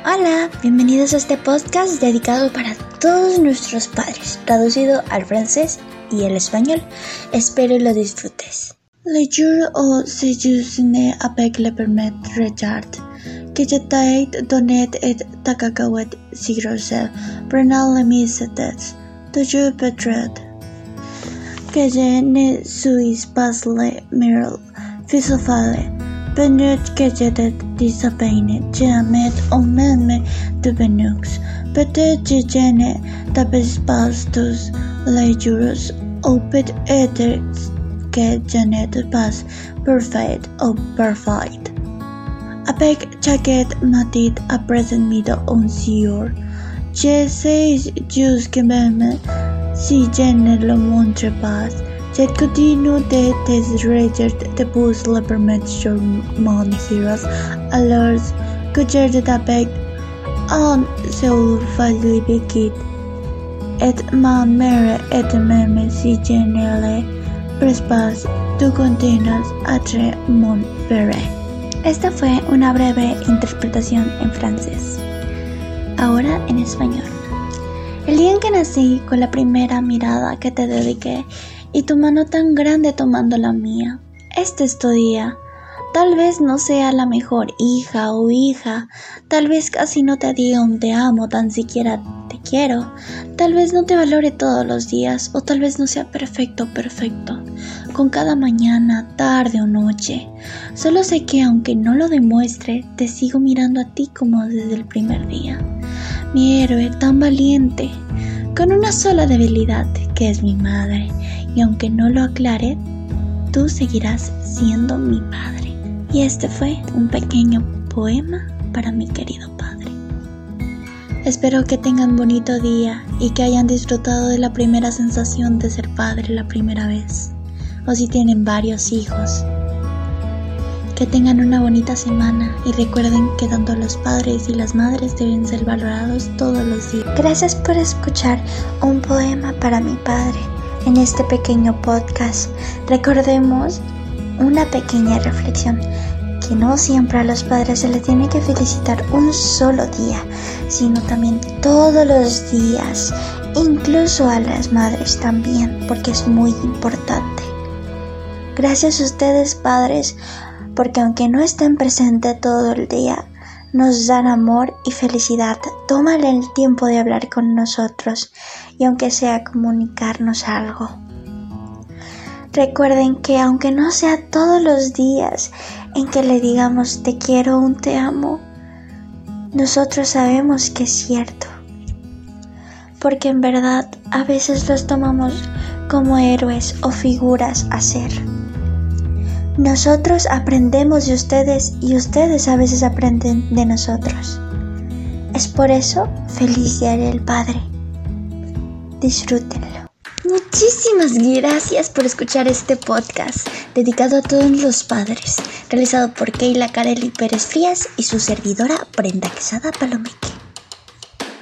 Hola, bienvenidos a este podcast dedicado para todos nuestros padres, traducido al francés y el español. Espero lo disfrutes. Les jours où séjourné avec le permis retard, que j'étais donné et takakawet sigrosel, prenant les mises toujours peut-être, que je ne suis pas le meilleur philosophe. Peut-être que j'étais disappointé, jamais au même devenus. Peut-être que je ne t'avais pas tous les jours, ou peut-être que je n'étais pas parfait ou parfaite. Avec chaque matin après-midi un jour, je sais juste que même si je ne le montre pas, je continue de te regarder depuis le permis sur mon heroes, alors que je t'appelle un seul facile et ma mère et même si je ne le prespas, tu continuas a être mon père. Esta fue una breve interpretación en francés. Ahora en español. El día en que nací, con la primera mirada que te dediqué y tu mano tan grande tomando la mía, este es tu día. Tal vez no sea la mejor hija o hija, tal vez casi no te diga un te amo, tan siquiera te quiero, tal vez no te valore todos los días o tal vez no sea perfecto, con cada mañana, tarde o noche. Solo sé que aunque no lo demuestre, te sigo mirando a ti como desde el primer día. Mi héroe tan valiente, con una sola debilidad que es mi madre, y aunque no lo aclare, tú seguirás siendo mi padre. Y este fue un pequeño poema para mi querido padre. Espero que tengan bonito día y que hayan disfrutado de la primera sensación de ser padre la primera vez. O si tienen varios hijos, que tengan una bonita semana y recuerden que tanto los padres y las madres deben ser valorados todos los días. Gracias por escuchar un poema para mi padre en este pequeño podcast. Recordemos una pequeña reflexión, que no siempre a los padres se les tiene que felicitar un solo día, sino también todos los días, incluso a las madres también, porque es muy importante. Gracias a ustedes, padres, porque aunque no estén presentes todo el día, nos dan amor y felicidad. Tómale el tiempo de hablar con nosotros y aunque sea comunicarnos algo. Recuerden que aunque no sea todos los días en que le digamos te quiero o un te amo, nosotros sabemos que es cierto. Porque en verdad a veces los tomamos como héroes o figuras a ser. Nosotros aprendemos de ustedes y ustedes a veces aprenden de nosotros. Es por eso, feliz Día del Padre. Disfrútenlo. Muchísimas gracias por escuchar este podcast dedicado a todos los padres, realizado por Keila Carely Pérez Frías y su servidora Brenda Quesada Palomeque.